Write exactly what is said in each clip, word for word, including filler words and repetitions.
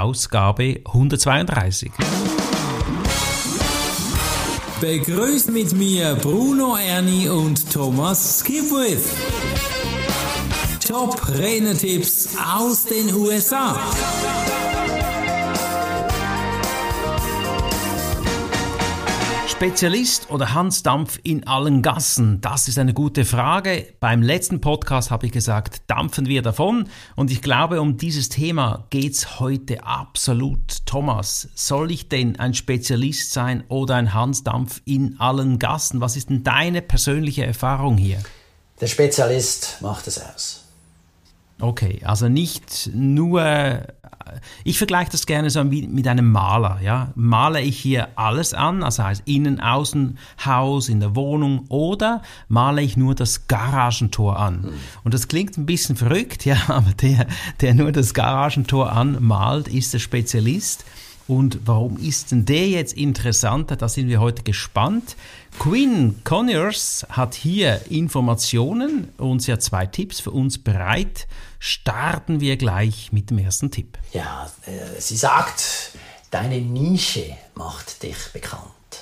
Ausgabe hundertzweiunddreißig. Begrüßt mit mir Bruno Erni und Thomas Skipwith. Top-Renner-Tipps aus den U S A. Spezialist oder Hans Dampf in allen Gassen? Das ist eine gute Frage. Beim letzten Podcast habe ich gesagt, dampfen wir davon. Und ich glaube, um dieses Thema geht's heute absolut. Thomas, soll ich denn ein Spezialist sein oder ein Hans Dampf in allen Gassen? Was ist denn deine persönliche Erfahrung hier? Der Spezialist macht es aus. Okay, also nicht nur, ich vergleiche das gerne so wie mit einem Maler, ja. Male ich hier alles an, also heißt Innen-, Außen-, Haus, in der Wohnung, oder male ich nur das Garagentor an? Mhm. Und das klingt ein bisschen verrückt, ja, aber der, der nur das Garagentor anmalt, ist der Spezialist. Und warum ist denn der jetzt interessanter? Da sind wir heute gespannt. Quinn Conyers hat hier Informationen und sie hat zwei Tipps für uns bereit. Starten wir gleich mit dem ersten Tipp. Ja, äh, sie sagt, deine Nische macht dich bekannt.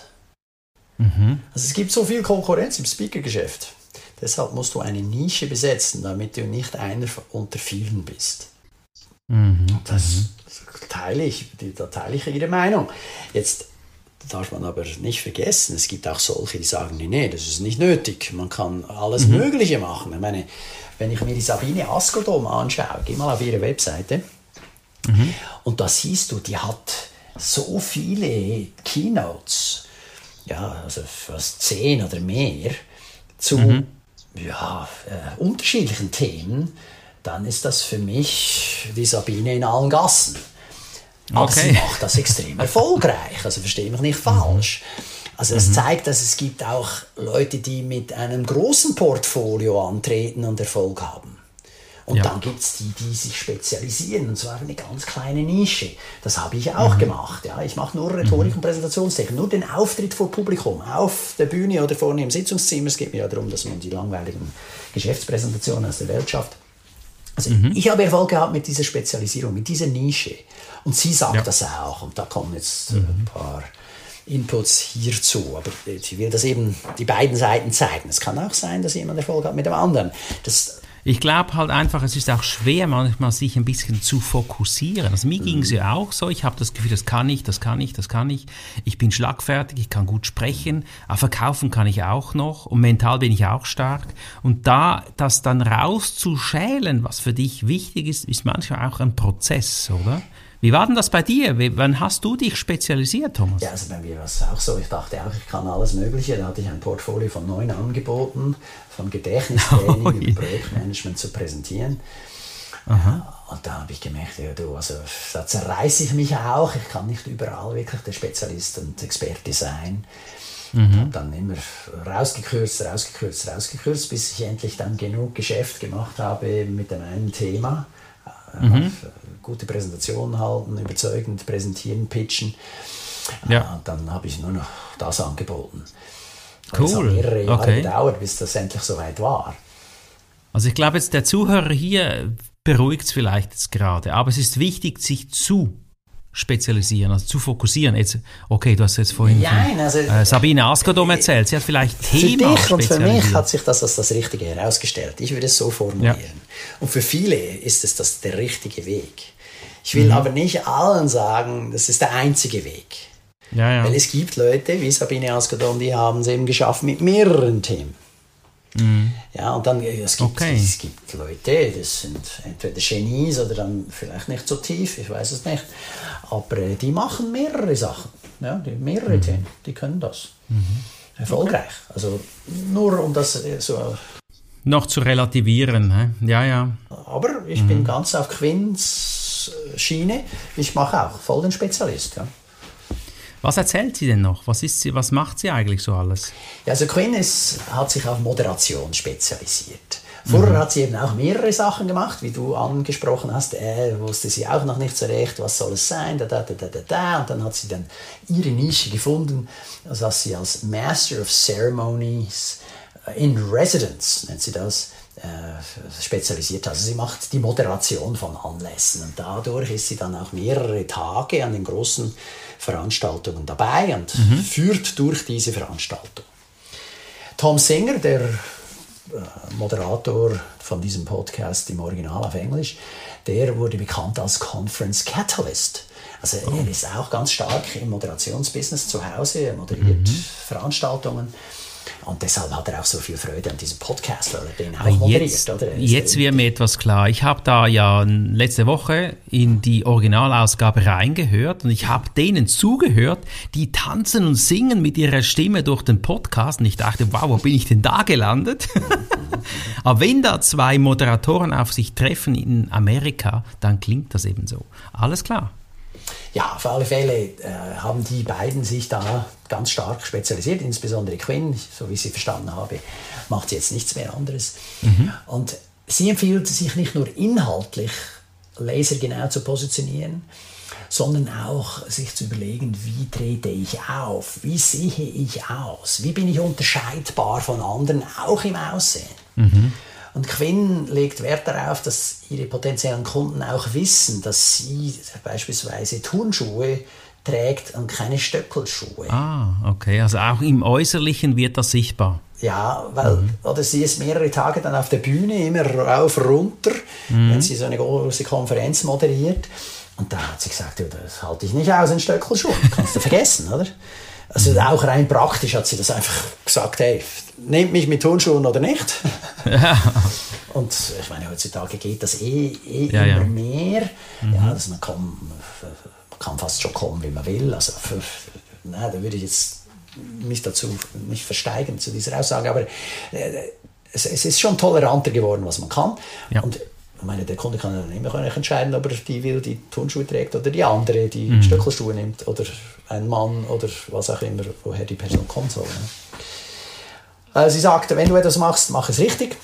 Mhm. Also es gibt so viel Konkurrenz im Speaker-Geschäft. Deshalb musst du eine Nische besetzen, damit du nicht einer unter vielen bist. Mhm. Das teile ich, da teile ich ihre Meinung. Jetzt darf man aber nicht vergessen, es gibt auch solche, die sagen, nee, nee, das ist nicht nötig. Man kann alles mhm. Mögliche machen. Ich meine, wenn ich mir die Sabine Askodom anschaue, geh mal auf ihre Webseite mhm. und da siehst du, die hat so viele Keynotes, ja, also fast zehn oder mehr, zu mhm. ja, äh, unterschiedlichen Themen. Dann ist das für mich die Sabine in allen Gassen. Aber okay. Sie macht das extrem erfolgreich, also verstehe mich nicht falsch. Also es mhm. zeigt, dass es gibt auch Leute, die mit einem großen Portfolio antreten und Erfolg haben. Und ja. dann gibt es die, die sich spezialisieren, und zwar eine ganz kleine Nische. Das habe ich auch mhm. gemacht. Ja. Ich mache nur Rhetorik mhm. und Präsentationstechnik, nur den Auftritt vor Publikum, auf der Bühne oder vorne im Sitzungszimmer. Es geht mir ja darum, dass man die langweiligen Geschäftspräsentationen aus der Welt schafft. Also mhm. ich habe Erfolg gehabt mit dieser Spezialisierung, mit dieser Nische. Und sie sagt ja. das auch. Und da kommen jetzt mhm. ein paar Inputs hierzu. Aber sie will das eben die beiden Seiten zeigen. Es kann auch sein, dass jemand Erfolg hat mit dem anderen. Das Ich glaube halt einfach, es ist auch schwer, manchmal sich ein bisschen zu fokussieren. Also mir mhm. ging es ja auch so, ich habe das Gefühl, das kann ich, das kann ich, das kann ich. Ich bin schlagfertig, ich kann gut sprechen, aber verkaufen kann ich auch noch und mental bin ich auch stark. Und da das dann rauszuschälen, was für dich wichtig ist, ist manchmal auch ein Prozess, oder? Wie war denn das bei dir? Wie, wann hast du dich spezialisiert, Thomas? Ja, also bei mir war es auch so. Ich dachte auch, ich kann alles Mögliche. Da hatte ich ein Portfolio von neun Angeboten, von Gedächtnistraining oh, über Projektmanagement zu präsentieren. Aha. Und da habe ich gemerkt, ja, du, also, da zerreiße ich mich auch. Ich kann nicht überall wirklich der Spezialist und Experte sein. Mhm. Und dann immer rausgekürzt, rausgekürzt, rausgekürzt, bis ich endlich dann genug Geschäft gemacht habe mit dem einen Thema. Mhm. Gute Präsentationen halten, überzeugend präsentieren, pitchen. Ja. Und dann habe ich nur noch das angeboten. Cool. Es hat mehrere Jahre okay. gedauert, bis das endlich soweit war. Also ich glaube jetzt, der Zuhörer hier beruhigt es vielleicht jetzt gerade, aber es ist wichtig, sich zu spezialisieren, also zu fokussieren. Jetzt, okay, du hast jetzt vorhin Nein, von, also, äh, Sabine Askodom erzählt, sie hat vielleicht Thema Für dich und für mich hat sich das als das Richtige herausgestellt. Ich würde es so formulieren. Ja. Und für viele ist es das der richtige Weg. Ich will mhm. aber nicht allen sagen, das ist der einzige Weg. Ja, ja. Weil es gibt Leute wie Sabine Askodom, die haben es eben geschafft mit mehreren Themen. Mhm. Ja, und dann es gibt okay. es gibt Leute, das sind entweder Genies oder dann vielleicht nicht so tief, ich weiß es nicht, aber äh, die machen mehrere Sachen, ja, die mehrere mhm. Themen, die können das mhm. erfolgreich. Also nur um das äh, so noch zu relativieren, hä? Ja, ja. Aber ich mhm. bin ganz auf Quinns Schiene, ich mache auch voll den Spezialist, ja. Was erzählt sie denn noch? Was, ist sie, was macht sie eigentlich so alles? Ja, also Quinn ist, hat sich auf Moderation spezialisiert. Vorher mhm. hat sie eben auch mehrere Sachen gemacht, wie du angesprochen hast. Äh, wusste sie auch noch nicht so recht, was soll es sein, da, da, da, da, da. Und dann hat sie dann ihre Nische gefunden, dass sie als Master of Ceremonies in Residence, nennt sie das, äh, äh, spezialisiert hat. Also sie macht die Moderation von Anlässen und dadurch ist sie dann auch mehrere Tage an den großen Veranstaltungen dabei und mhm. führt durch diese Veranstaltung. Tom Singer, der äh, Moderator von diesem Podcast im Original auf Englisch, der wurde bekannt als Conference Catalyst. Also oh. er ist auch ganz stark im Moderationsbusiness zu Hause, er moderiert mhm. Veranstaltungen. Und deshalb hat er auch so viel Freude an diesem Podcast, weil er den auch moderiert. Jetzt, oder? jetzt wird mir etwas klar. Ich habe da ja letzte Woche in die Originalausgabe reingehört und ich habe denen zugehört, die tanzen und singen mit ihrer Stimme durch den Podcast. Und ich dachte, wow, wo bin ich denn da gelandet? Aber wenn da zwei Moderatoren auf sich treffen in Amerika, dann klingt das eben so. Alles klar. Ja, auf alle Fälle äh, haben die beiden sich da ganz stark spezialisiert, insbesondere Quinn, so wie ich sie verstanden habe, macht sie jetzt nichts mehr anderes. Mhm. Und sie empfiehlt sich nicht nur inhaltlich lasergenau zu positionieren, sondern auch sich zu überlegen, wie trete ich auf, wie sehe ich aus, wie bin ich unterscheidbar von anderen, auch im Aussehen. Mhm. Und Quinn legt Wert darauf, dass ihre potenziellen Kunden auch wissen, dass sie beispielsweise Turnschuhe trägt und keine Stöckelschuhe. Ah, okay. Also auch im Äußerlichen wird das sichtbar. Ja, weil mhm. oder sie ist mehrere Tage dann auf der Bühne, immer rauf, runter, mhm. wenn sie so eine große Konferenz moderiert. Und da hat sie gesagt, ja, das halte ich nicht aus in Stöckelschuhen, kannst du vergessen, oder? Also mhm. auch rein praktisch hat sie das einfach gesagt, hey, nehmt mich mit Turnschuhen oder nicht. Ja. Und ich meine, heutzutage geht das eh, eh ja, immer ja. mehr. Mhm. Ja, dass man, kann, man kann fast schon kommen, wie man will. Also für, nein, da würde ich jetzt mich dazu nicht versteigen zu dieser Aussage, aber äh, es, es ist schon toleranter geworden, was man kann. Ja. Und ich meine, der Kunde kann dann immer entscheiden, ob er die will, die Turnschuhe trägt oder die andere, die mhm. Stöckelschuhe nimmt oder ein Mann oder was auch immer, woher die Person kommen soll. Ne? Also sie sagt, wenn du etwas machst, mach es richtig.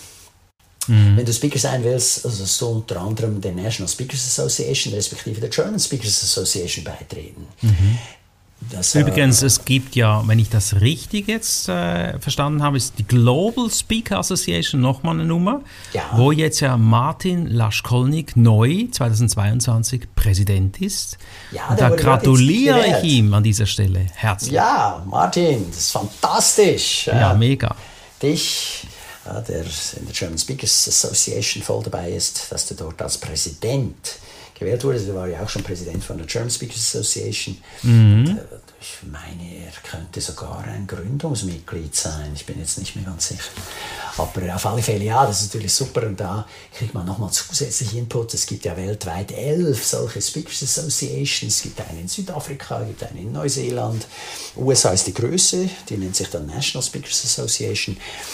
Mhm. Wenn du Speaker sein willst, also sollst du unter anderem der National Speakers Association respektive der German Speakers Association beitreten. Mhm. Das, Übrigens, äh, es gibt ja, wenn ich das richtig jetzt äh, verstanden habe, ist die Global Speaker Association nochmal eine Nummer, ja. wo jetzt ja Martin Laschkolnik neu zweitausendzweiundzwanzig Präsident ist. Ja, und da gratuliere ich ihm an dieser Stelle herzlich. Ja, Martin, das ist fantastisch. Ja, mega. Dich, ja, der in der German Speakers Association voll dabei ist, dass du dort als Präsident gewählt wurde. Er war ja auch schon Präsident von der German Speakers Association. Mhm. Und, äh, ich meine, er könnte sogar ein Gründungsmitglied sein. Ich bin jetzt nicht mehr ganz sicher. Aber auf alle Fälle, ja, das ist natürlich super. Und da kriegt man nochmal zusätzlich Input. Es gibt ja weltweit elf solche Speakers Associations. Es gibt eine in Südafrika, es gibt eine in Neuseeland. U S A ist die größte, die nennt sich dann National Speakers Association.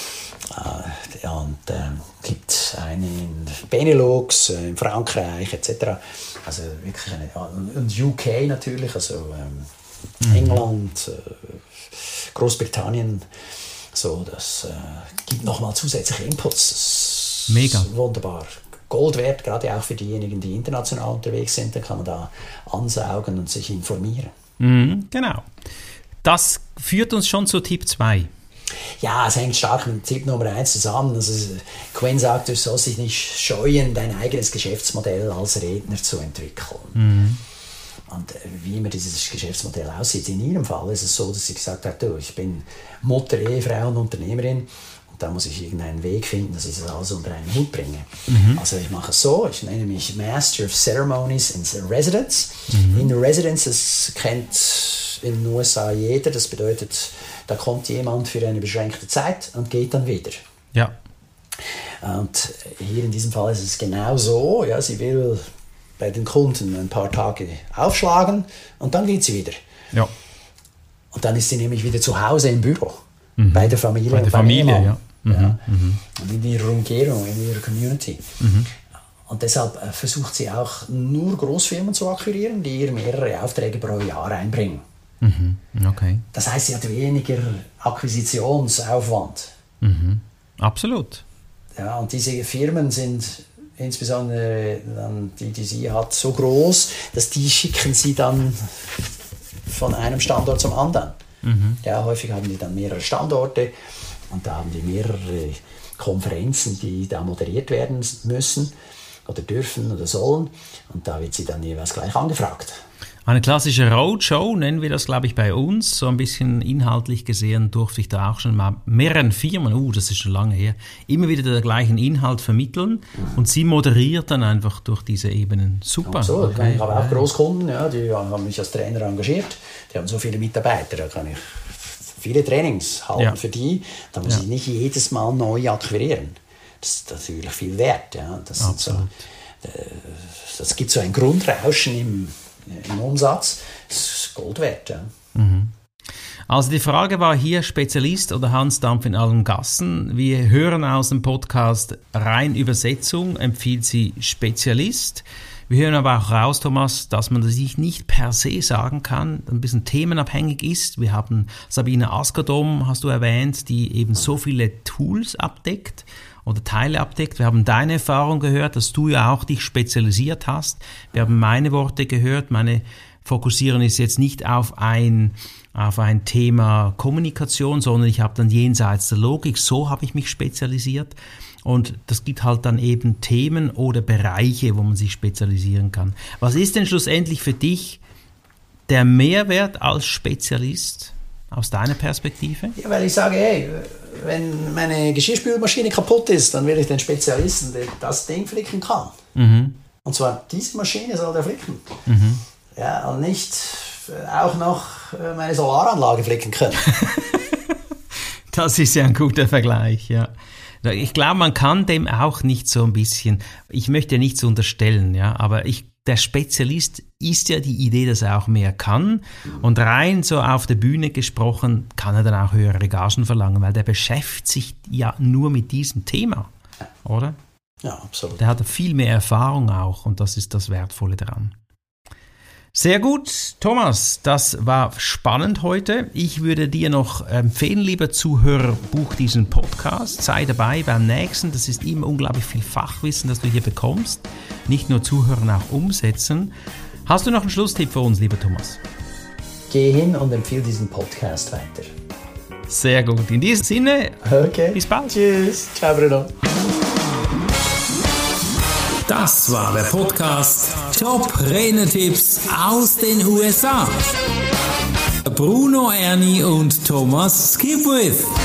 Äh, und es äh, gibt eine in Benelux, äh, in Frankreich et cetera. Also wirklich eine, und U K natürlich, also ähm, mhm. England, äh, Großbritannien. So, das äh, gibt nochmal zusätzliche Inputs. Das Mega. Ist wunderbar. Gold wert, gerade auch für diejenigen, die international unterwegs sind. Da kann man da ansaugen und sich informieren. Mhm, genau. Das führt uns schon zu Tipp zwei. Ja, es hängt stark mit Tipp Nummer eins zusammen. Also Quinn sagt, du sollst dich nicht scheuen, dein eigenes Geschäftsmodell als Redner zu entwickeln. Mhm. Und wie immer dieses Geschäftsmodell aussieht, in ihrem Fall ist es so, dass sie gesagt hat, du, ich bin Mutter, Ehefrau und Unternehmerin und da muss ich irgendeinen Weg finden, dass ich das alles unter einen Hut bringe. Mhm. Also ich mache es so, ich nenne mich Master of Ceremonies in Residence. Mhm. In Residence, das kennt in den U S A jeder, das bedeutet, da kommt jemand für eine beschränkte Zeit und geht dann wieder. Ja. Und hier in diesem Fall ist es genau so, ja, sie will bei den Kunden ein paar Tage aufschlagen und dann geht sie wieder. Ja. Und dann ist sie nämlich wieder zu Hause im Büro, mhm. bei der Familie. Bei der und Familie, bei ja. Mhm. ja. Mhm. Und in ihrer Umgebung, in ihrer Community. Mhm. Und deshalb versucht sie auch nur Großfirmen zu akquirieren, die ihr mehrere Aufträge pro Jahr einbringen. Mhm. Okay. Das heißt, sie hat weniger Akquisitionsaufwand. Mhm. Absolut. Ja, und diese Firmen sind insbesondere dann die, die sie hat, so groß, dass die schicken sie dann von einem Standort zum anderen. Mhm. Ja, häufig haben die dann mehrere Standorte und da haben die mehrere Konferenzen, die da moderiert werden müssen oder dürfen oder sollen. Und da wird sie dann jeweils gleich angefragt. Eine klassische Roadshow, nennen wir das, glaube ich, bei uns. So ein bisschen inhaltlich gesehen durfte ich da auch schon mal mehreren Firmen, uh, das ist schon lange her, immer wieder den gleichen Inhalt vermitteln. Mhm. Und sie moderiert dann einfach durch diese Ebenen. Super. So, okay. Ich habe auch Großkunden, ja, die haben mich als Trainer engagiert. Die haben so viele Mitarbeiter, da kann ich viele Trainings halten ja. für die. Da muss ja. ich nicht jedes Mal neu akquirieren. Das ist natürlich viel wert. Ja. Das, sind so, das gibt so ein Grundrauschen im im Umsatz, das ist Gold wert. Ja. Mhm. Also die Frage war hier Spezialist oder Hans Dampf in allen Gassen. Wir hören aus dem Podcast rein Übersetzung, empfiehlt sie Spezialist. Wir hören aber auch raus, Thomas, dass man das sich nicht per se sagen kann, ein bisschen themenabhängig ist. Wir haben Sabine Askodom, hast du erwähnt, die eben so viele Tools abdeckt oder Teile abdeckt. Wir haben deine Erfahrung gehört, dass du ja auch dich spezialisiert hast. Wir haben meine Worte gehört. Meine Fokussieren ist jetzt nicht auf ein, auf ein Thema Kommunikation, sondern ich habe dann jenseits der Logik, so habe ich mich spezialisiert. Und das gibt halt dann eben Themen oder Bereiche, wo man sich spezialisieren kann. Was ist denn schlussendlich für dich der Mehrwert als Spezialist aus deiner Perspektive? Ja, weil ich sage, hey, wenn meine Geschirrspülmaschine kaputt ist, dann will ich den Spezialisten, der das Ding flicken kann. Mhm. Und zwar diese Maschine soll der flicken. Mhm. Ja, und nicht auch noch meine Solaranlage flicken können. Das ist ja ein guter Vergleich, ja. Ich glaube, man kann dem auch nicht so ein bisschen, ich möchte ja nichts unterstellen, ja, aber ich, der Spezialist ist ja die Idee, dass er auch mehr kann. Und rein so auf der Bühne gesprochen, kann er dann auch höhere Gagen verlangen, weil der beschäftigt sich ja nur mit diesem Thema, oder? Ja, absolut. Der hat viel mehr Erfahrung auch und das ist das Wertvolle daran. Sehr gut, Thomas, das war spannend heute. Ich würde dir noch empfehlen, lieber Zuhörer, buch diesen Podcast, sei dabei beim nächsten. Das ist immer unglaublich viel Fachwissen, das du hier bekommst. Nicht nur zuhören, auch umsetzen. Hast du noch einen Schlusstipp für uns, lieber Thomas? Geh hin und empfehle diesen Podcast weiter. Sehr gut. In diesem Sinne, okay. Bis bald. Tschüss. Ciao, Bruno. Das war der Podcast Top-Renner-Tipps aus den U S A. Bruno Erni und Thomas Skipwith.